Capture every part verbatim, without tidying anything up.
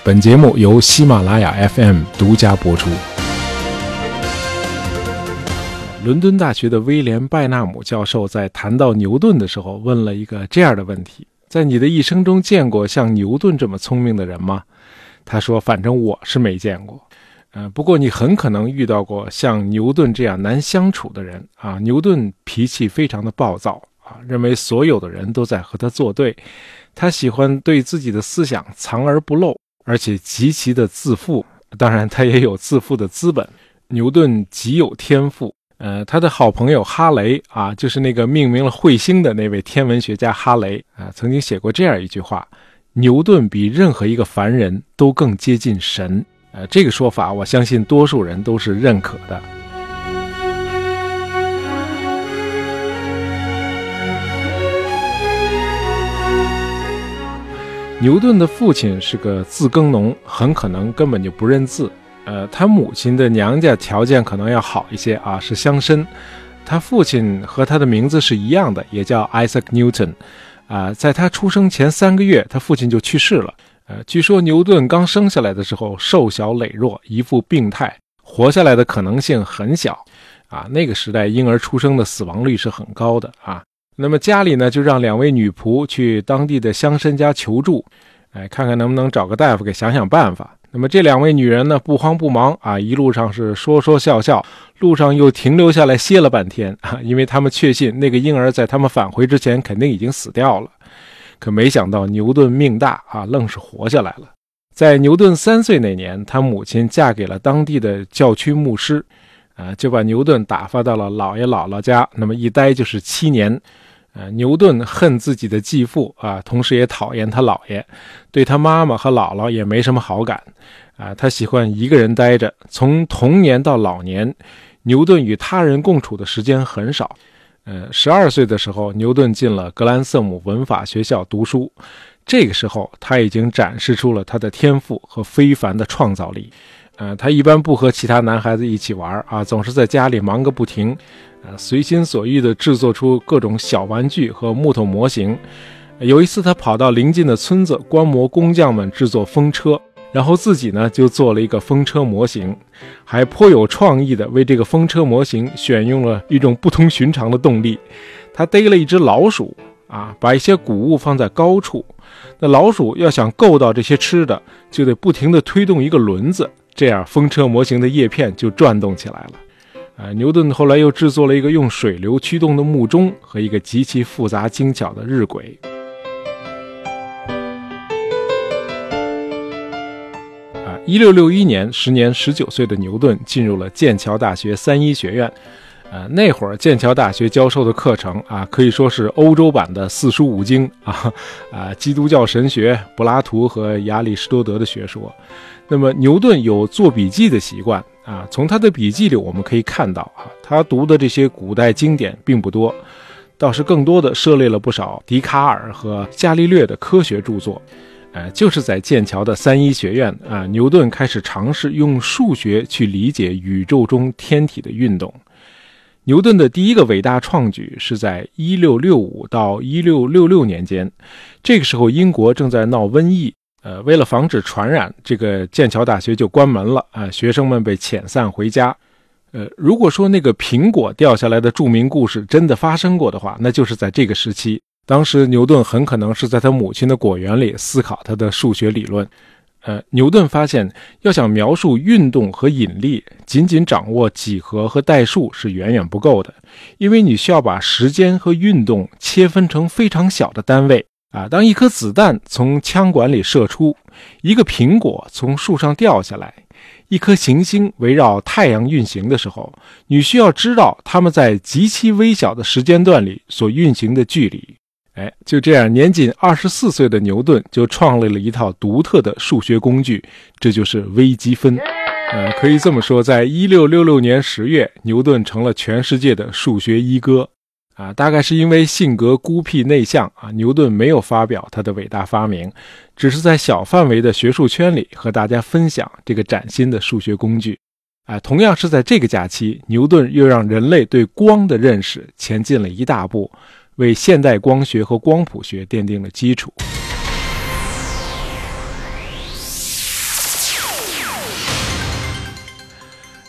本节目由喜马拉雅 F M 独家播出。伦敦大学的威廉·拜纳姆教授在谈到牛顿的时候问了一个这样的问题：在你的一生中见过像牛顿这么聪明的人吗？他说反正我是没见过。呃，不过你很可能遇到过像牛顿这样难相处的人啊。牛顿脾气非常的暴躁啊，认为所有的人都在和他作对。他喜欢对自己的思想藏而不露，而且极其的自负，当然他也有自负的资本。牛顿极有天赋，呃，他的好朋友哈雷啊，就是那个命名了彗星的那位天文学家哈雷啊，曾经写过这样一句话：牛顿比任何一个凡人都更接近神。呃，这个说法我相信多数人都是认可的。牛顿的父亲是个自耕农，很可能根本就不认字。呃，他母亲的娘家条件可能要好一些啊，是乡绅。他父亲和他的名字是一样的，也叫 Isaac Newton。啊、呃，在他出生前三个月，他父亲就去世了。呃，据说牛顿刚生下来的时候瘦小羸弱，一副病态，活下来的可能性很小。啊，那个时代婴儿出生的死亡率是很高的啊。那么家里呢，就让两位女仆去当地的乡绅家求助，哎，看看能不能找个大夫给想想办法。那么这两位女人呢，不慌不忙啊，一路上是说说笑笑，路上又停留下来歇了半天啊，因为他们确信那个婴儿在他们返回之前肯定已经死掉了。可没想到牛顿命大啊，愣是活下来了。在牛顿三岁那年，他母亲嫁给了当地的教区牧师，啊，就把牛顿打发到了姥爷姥姥家，那么一待就是七年。呃，牛顿恨自己的继父啊，同时也讨厌他姥爷，对他妈妈和姥姥也没什么好感啊。他喜欢一个人待着，从童年到老年，牛顿与他人共处的时间很少。呃，十二岁的时候，牛顿进了格兰瑟姆文法学校读书，这个时候他已经展示出了他的天赋和非凡的创造力。呃，他一般不和其他男孩子一起玩啊，总是在家里忙个不停，呃，随心所欲地制作出各种小玩具和木头模型。有一次，他跑到邻近的村子观摩工匠们制作风车，然后自己呢就做了一个风车模型，还颇有创意地为这个风车模型选用了一种不同寻常的动力。他逮了一只老鼠啊，把一些谷物放在高处，那老鼠要想够到这些吃的，就得不停地推动一个轮子。这样风车模型的叶片就转动起来了。呃，牛顿后来又制作了一个用水流驱动的木钟和一个极其复杂精巧的日晷。啊，一六六一年，时年十九岁的牛顿进入了剑桥大学三一学院。呃，那会儿剑桥大学教授的课程啊，可以说是欧洲版的四书五经啊，啊，基督教神学、柏拉图和亚里士多德的学说。那么牛顿有做笔记的习惯啊，从他的笔记里我们可以看到啊，他读的这些古代经典并不多，倒是更多的涉猎了不少笛卡尔和伽利略的科学著作。呃，就是在剑桥的三一学院啊，牛顿开始尝试用数学去理解宇宙中天体的运动。牛顿的第一个伟大创举是在一六六五到一六六六年间，这个时候英国正在闹瘟疫。呃，为了防止传染，这个剑桥大学就关门了啊、呃，学生们被遣散回家。呃，如果说那个苹果掉下来的著名故事真的发生过的话，那就是在这个时期。当时牛顿很可能是在他母亲的果园里思考他的数学理论。呃，牛顿发现，要想描述运动和引力，仅仅掌握几何和代数是远远不够的，因为你需要把时间和运动切分成非常小的单位。啊，当一颗子弹从枪管里射出，一个苹果从树上掉下来，一颗行星围绕太阳运行的时候，你需要知道它们在极其微小的时间段里所运行的距离。哎，就这样，年仅二十四岁的牛顿就创立了一套独特的数学工具，这就是微积分。呃，可以这么说，在一六六六年十月，牛顿成了全世界的数学一哥。啊，大概是因为性格孤僻内向啊，牛顿没有发表他的伟大发明，只是在小范围的学术圈里和大家分享这个崭新的数学工具。啊，同样是在这个假期，牛顿又让人类对光的认识前进了一大步，为现代光学和光谱学奠定了基础。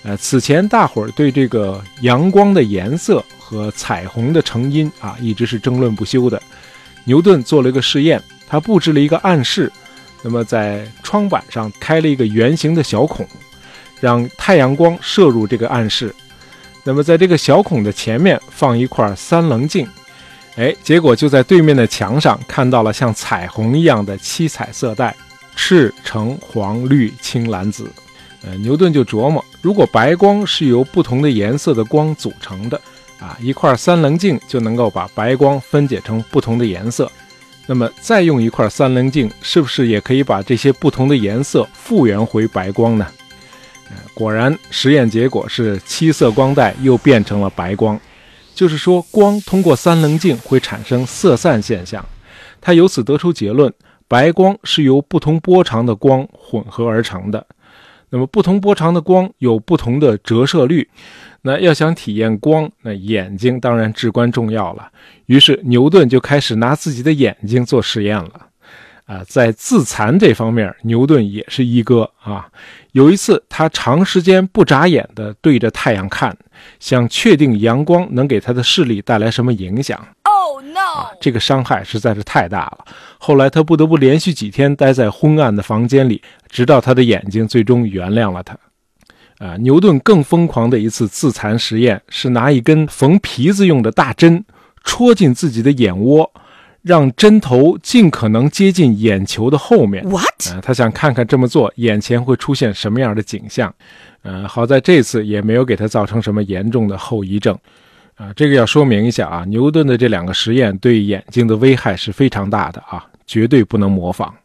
呃，此前大伙儿对这个阳光的颜色和彩虹的成因啊，一直是争论不休的。牛顿做了一个试验，他布置了一个暗室，那么在窗板上开了一个圆形的小孔，让太阳光射入这个暗室。那么在这个小孔的前面放一块三棱镜，哎，结果就在对面的墙上看到了像彩虹一样的七彩色带，赤、橙、黄、绿、青、蓝、紫。呃，牛顿就琢磨，如果白光是由不同的颜色的光组成的啊，一块三棱镜就能够把白光分解成不同的颜色。那么再用一块三棱镜，是不是也可以把这些不同的颜色复原回白光呢？呃、果然，实验结果是七色光带又变成了白光。就是说，光通过三棱镜会产生色散现象。他由此得出结论，白光是由不同波长的光混合而成的。那么不同波长的光有不同的折射率，那要想体验光，那眼睛当然至关重要了。于是牛顿就开始拿自己的眼睛做实验了。啊，在自残这方面，牛顿也是一哥啊。有一次，他长时间不眨眼的对着太陽看，想确定阳光能给他的视力带来什么影响。 Oh no！ 啊，这个伤害实在是太大了。后来他不得不连续几天待在昏暗的房间里，直到他的眼睛最终原谅了他。啊，牛顿更疯狂的一次自残实验是拿一根缝皮子用的大针戳进自己的眼窝，让针头尽可能接近眼球的后面。 What？ 呃、他想看看这么做眼前会出现什么样的景象。呃，好在这次也没有给他造成什么严重的后遗症。啊，这个要说明一下啊，牛顿的这两个实验对眼睛的危害是非常大的啊，绝对不能模仿。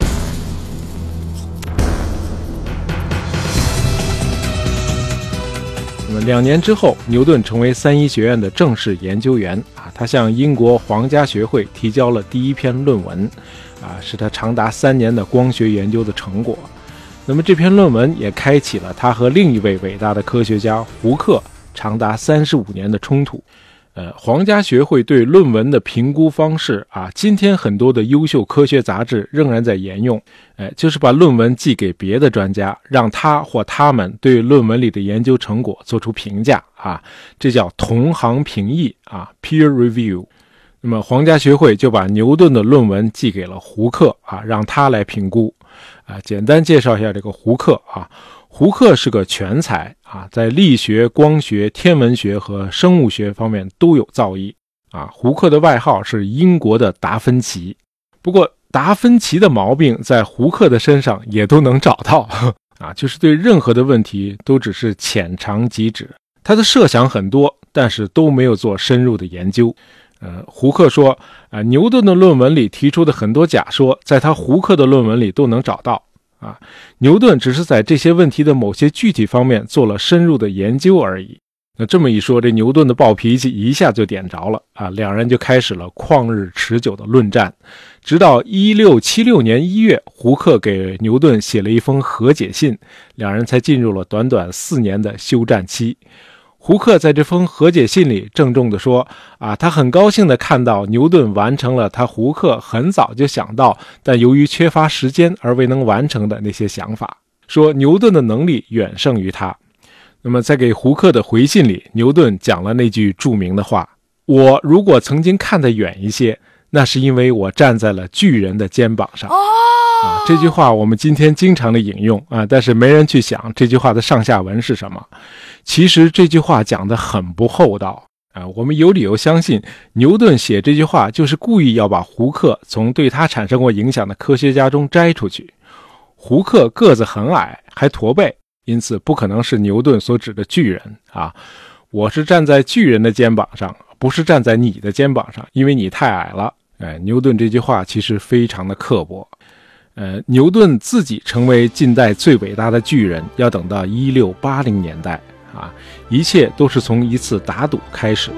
那么两年之后，牛顿成为三一学院的正式研究员啊，他向英国皇家学会提交了第一篇论文，啊，是他长达三年的光学研究的成果。那么这篇论文也开启了他和另一位伟大的科学家胡克长达三十五年的冲突。呃，皇家学会对论文的评估方式啊，今天很多的优秀科学杂志仍然在沿用，呃，就是把论文寄给别的专家，让他或他们对论文里的研究成果做出评价啊，这叫同行评议啊 ，peer review。那么皇家学会就把牛顿的论文寄给了胡克啊，让他来评估。啊，简单介绍一下这个胡克啊。胡克是个全才啊，在力学、光学、天文学和生物学方面都有造诣啊。胡克的外号是英国的达芬奇，不过达芬奇的毛病在胡克的身上也都能找到啊，就是对任何的问题都只是浅尝即止。他的设想很多，但是都没有做深入的研究。呃，胡克说啊，牛顿的论文里提出的很多假说，在他胡克的论文里都能找到。啊，牛顿只是在这些问题的某些具体方面做了深入的研究而已。那这么一说，这牛顿的暴脾气一下就点着了啊，两人就开始了旷日持久的论战，直到一六七六年一月，胡克给牛顿写了一封和解信，两人才进入了短短四年的休战期。胡克在这封和解信里郑重地说啊，他很高兴地看到牛顿完成了他胡克很早就想到但由于缺乏时间而未能完成的那些想法，说牛顿的能力远胜于他。那么在给胡克的回信里，牛顿讲了那句著名的话，我如果曾经看得远一些，那是因为我站在了巨人的肩膀上。啊，这句话我们今天经常的引用啊，但是没人去想这句话的上下文是什么。其实这句话讲得很不厚道啊，我们有理由相信牛顿写这句话就是故意要把胡克从对他产生过影响的科学家中摘出去。胡克个子很矮，还驼背，因此不可能是牛顿所指的巨人啊。我是站在巨人的肩膀上，不是站在你的肩膀上，因为你太矮了。哎，牛顿这句话其实非常的刻薄。呃，牛顿自己成为近代最伟大的巨人，要等到一六八零年代啊，一切都是从一次打赌开始的。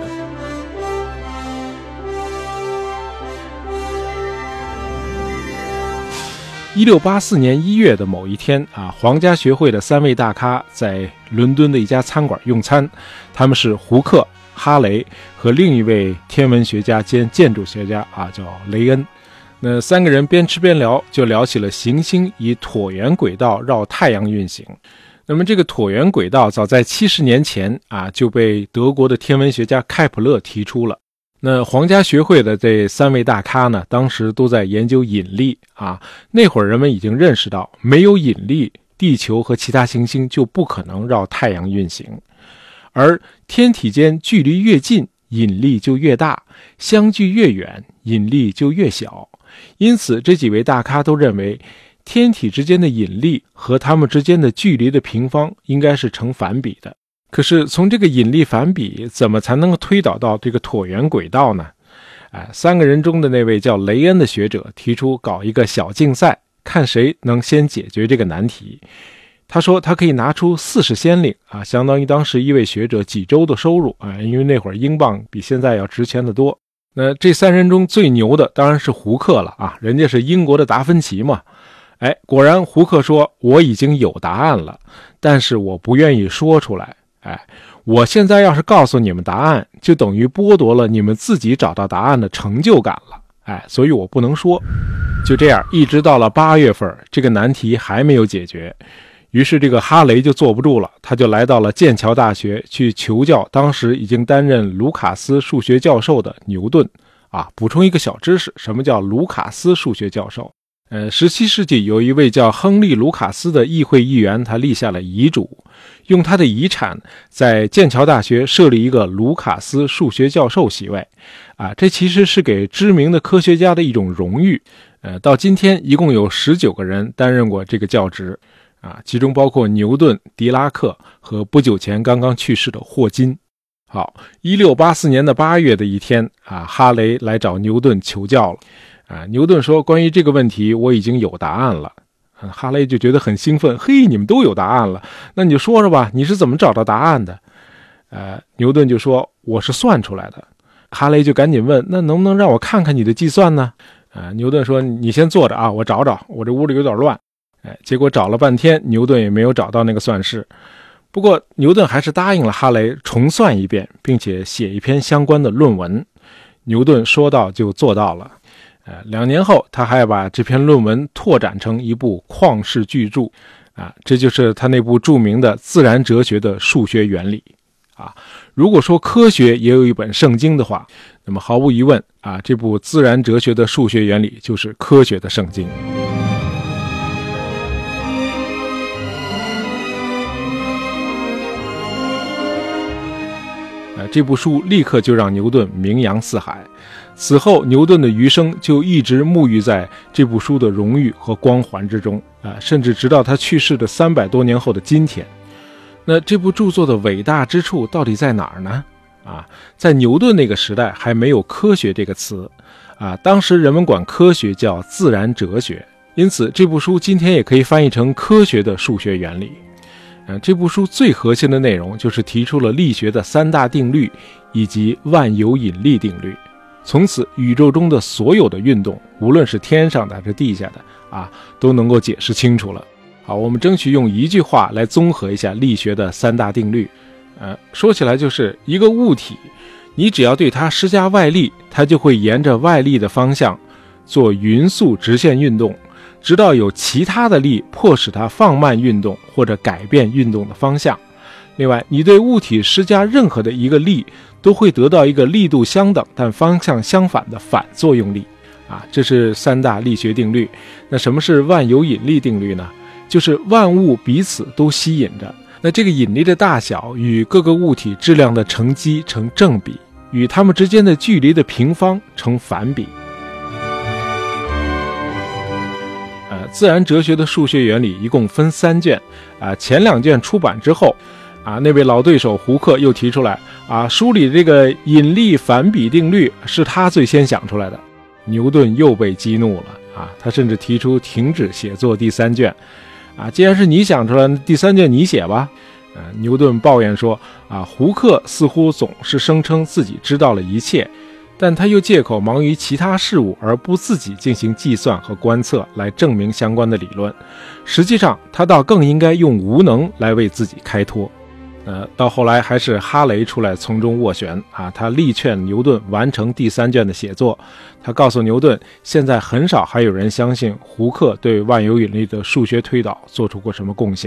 一六八四年一月的某一天啊，皇家学会的三位大咖在伦敦的一家餐馆用餐，他们是胡克、哈雷和另一位天文学家兼建筑学家啊，叫雷恩。那三个人边吃边聊，就聊起了行星以椭圆轨道绕太阳运行。 那么这个椭圆轨道早在七十年前啊就被德国的天文学家开普勒提出了。那皇家学会的这三位大咖呢，当时都在研究引力啊。那会儿人们已经认识到，没有引力，地球和其他行星就不可能绕太阳运行。而天体间距离越近，引力就越大，相距越远，引力就越小。因此，这几位大咖都认为，天体之间的引力和它们之间的距离的平方应该是成反比的。可是从这个引力反比，怎么才能够推导到这个椭圆轨道呢？哎，三个人中的那位叫雷恩的学者提出搞一个小竞赛，看谁能先解决这个难题。他说他可以拿出四十先令啊，相当于当时一位学者几周的收入啊，因为那会儿英镑比现在要值钱得多。那这三人中最牛的当然是胡克了啊，人家是英国的达芬奇嘛。哎，果然胡克说我已经有答案了，但是我不愿意说出来。哎，我现在要是告诉你们答案，就等于剥夺了你们自己找到答案的成就感了。哎，所以我不能说。就这样，一直到了八月份，这个难题还没有解决。于是这个哈雷就坐不住了，他就来到了剑桥大学去求教当时已经担任卢卡斯数学教授的牛顿。啊，补充一个小知识，什么叫卢卡斯数学教授？呃，十七世纪有一位叫亨利·卢卡斯的议会议员，他立下了遗嘱，用他的遗产在剑桥大学设立一个卢卡斯数学教授席位。啊，这其实是给知名的科学家的一种荣誉。呃，到今天一共有十九个人担任过这个教职。啊，其中包括牛顿、狄拉克和不久前刚刚去世的霍金。好，一六八四年的八月的一天啊，哈雷来找牛顿求教了。啊，牛顿说关于这个问题我已经有答案了。啊，哈雷就觉得很兴奋，嘿，你们都有答案了，那你就说说吧，你是怎么找到答案的？呃，牛顿就说我是算出来的。哈雷就赶紧问，那能不能让我看看你的计算呢？啊，牛顿说你先坐着啊，我找找，我这屋里有点乱。哎，结果找了半天，牛顿也没有找到那个算式。不过牛顿还是答应了哈雷重算一遍，并且写一篇相关的论文。牛顿说到就做到了。呃，两年后，他还把这篇论文拓展成一部旷世巨著。啊，这就是他那部著名的自然哲学的数学原理。啊，如果说科学也有一本圣经的话，那么毫无疑问啊，这部自然哲学的数学原理就是科学的圣经。这部书立刻就让牛顿名扬四海。此后牛顿的余生就一直沐浴在这部书的荣誉和光环之中啊，甚至直到他去世的三百多年后的今天。那这部著作的伟大之处到底在哪儿呢？啊，在牛顿那个时代还没有科学这个词啊，当时人们管科学叫自然哲学，因此这部书今天也可以翻译成科学的数学原理。呃，这部书最核心的内容就是提出了力学的三大定律以及万有引力定律。从此宇宙中的所有的运动，无论是天上的还是地下的啊，都能够解释清楚了。好，我们争取用一句话来综合一下力学的三大定律。呃，说起来就是一个物体，你只要对它施加外力，它就会沿着外力的方向做匀速直线运动，直到有其他的力迫使它放慢运动或者改变运动的方向。另外，你对物体施加任何的一个力，都会得到一个力度相等但方向相反的反作用力啊，这是三大力学定律。那什么是万有引力定律呢？就是万物彼此都吸引着，那这个引力的大小与各个物体质量的乘积成正比，与它们之间的距离的平方成反比。呃，自然哲学的数学原理一共分三卷啊、呃，前两卷出版之后啊，那位老对手胡克又提出来啊，书里这个引力反比定律是他最先想出来的。牛顿又被激怒了啊，他甚至提出停止写作第三卷啊，既然是你想出来，第三卷你写吧。呃，牛顿抱怨说啊，胡克似乎总是声称自己知道了一切，但他又借口忙于其他事物而不自己进行计算和观测来证明相关的理论。实际上，他倒更应该用无能来为自己开脱。呃，到后来还是哈雷出来从中斡旋啊，他力劝牛顿完成第三卷的写作。他告诉牛顿，现在很少还有人相信胡克对万有引力的数学推导做出过什么贡献。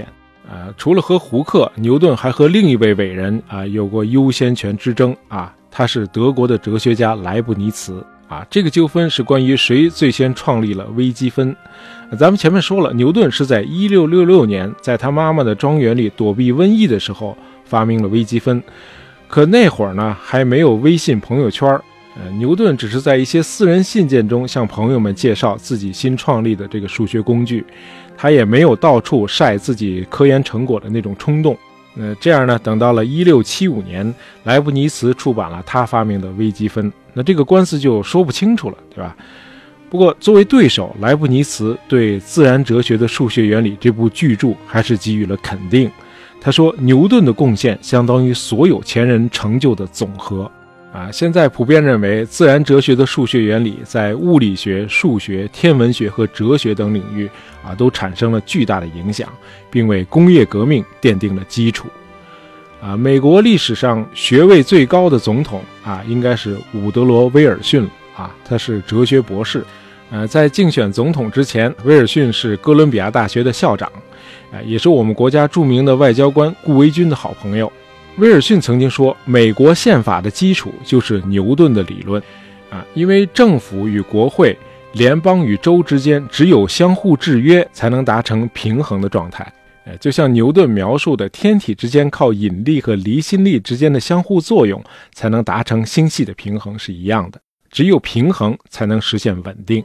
呃，除了和胡克，牛顿还和另一位伟人啊、呃、有过优先权之争啊，他是德国的哲学家莱布尼茨啊。这个纠纷是关于谁最先创立了微积分。咱们前面说了，牛顿是在一六六六年在他妈妈的庄园里躲避瘟疫的时候发明了微积分，可那会儿呢还没有微信朋友圈，呃，牛顿只是在一些私人信件中向朋友们介绍自己新创立的这个数学工具，他也没有到处晒自己科研成果的那种冲动。呃，这样呢，等到了一六七五年，莱布尼茨出版了他发明的微积分，那这个官司就说不清楚了，对吧？不过作为对手，莱布尼茨对《自然哲学的数学原理》这部巨著还是给予了肯定。他说，牛顿的贡献相当于所有前人成就的总和。啊，现在普遍认为，自然哲学的数学原理在物理学、数学、天文学和哲学等领域啊，都产生了巨大的影响，并为工业革命奠定了基础。啊，美国历史上学位最高的总统啊，应该是伍德罗·威尔逊啊，他是哲学博士。呃，在竞选总统之前，威尔逊是哥伦比亚大学的校长，呃，也是我们国家著名的外交官顾维钧的好朋友。威尔逊曾经说，美国宪法的基础就是牛顿的理论啊，因为政府与国会、联邦与州之间只有相互制约，才能达成平衡的状态。呃，就像牛顿描述的天体之间靠引力和离心力之间的相互作用才能达成星系的平衡是一样的，只有平衡才能实现稳定。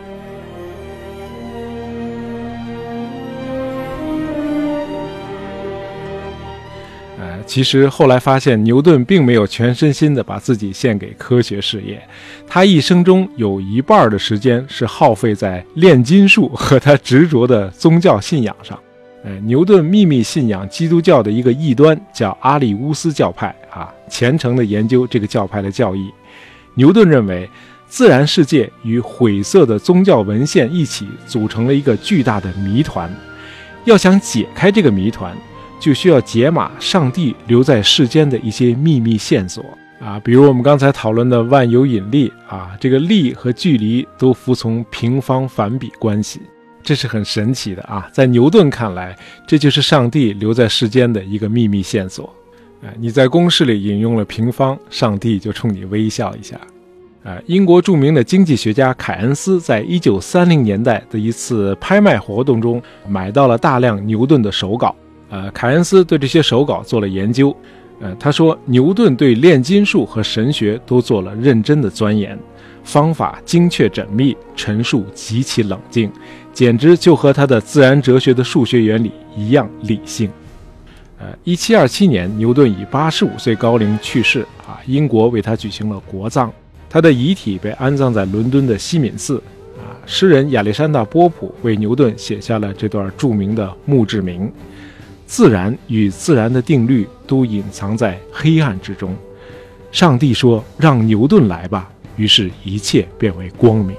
其实后来发现，牛顿并没有全身心地把自己献给科学事业，他一生中有一半的时间是耗费在炼金术和他执着的宗教信仰上。呃，牛顿秘密信仰基督教的一个异端，叫阿里乌斯教派啊，虔诚地研究这个教派的教义。牛顿认为，自然世界与晦涩的宗教文献一起组成了一个巨大的谜团，要想解开这个谜团，就需要解码上帝留在世间的一些秘密线索啊，比如我们刚才讨论的万有引力啊，这个力和距离都服从平方反比关系，这是很神奇的啊。在牛顿看来，这就是上帝留在世间的一个秘密线索。啊，你在公式里引用了平方，上帝就冲你微笑一下。呃，英国著名的经济学家凯恩斯在一九三零年代的一次拍卖活动中买到了大量牛顿的手稿。呃，凯恩斯对这些手稿做了研究。呃，他说牛顿对炼金术和神学都做了认真的钻研，方法精确缜密，陈述极其冷静，简直就和他的自然哲学的数学原理一样理性。呃，一七二七年，牛顿以八十五岁高龄去世啊，英国为他举行了国葬，他的遗体被安葬在伦敦的西敏寺啊。诗人亚历山大·波普为牛顿写下了这段著名的墓志铭。自然与自然的定律都隐藏在黑暗之中，上帝说让牛顿来吧，于是一切变为光明。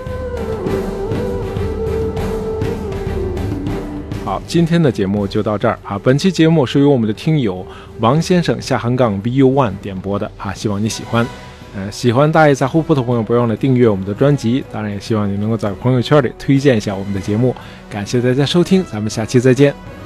好，今天的节目就到这儿啊。本期节目是由我们的听友王先生下横杠 B U 一 点播的啊，希望你喜欢。呃，喜欢大爷在互播的朋友，不要忘了订阅我们的专辑，当然也希望你能够在朋友圈里推荐一下我们的节目。感谢大家收听，咱们下期再见。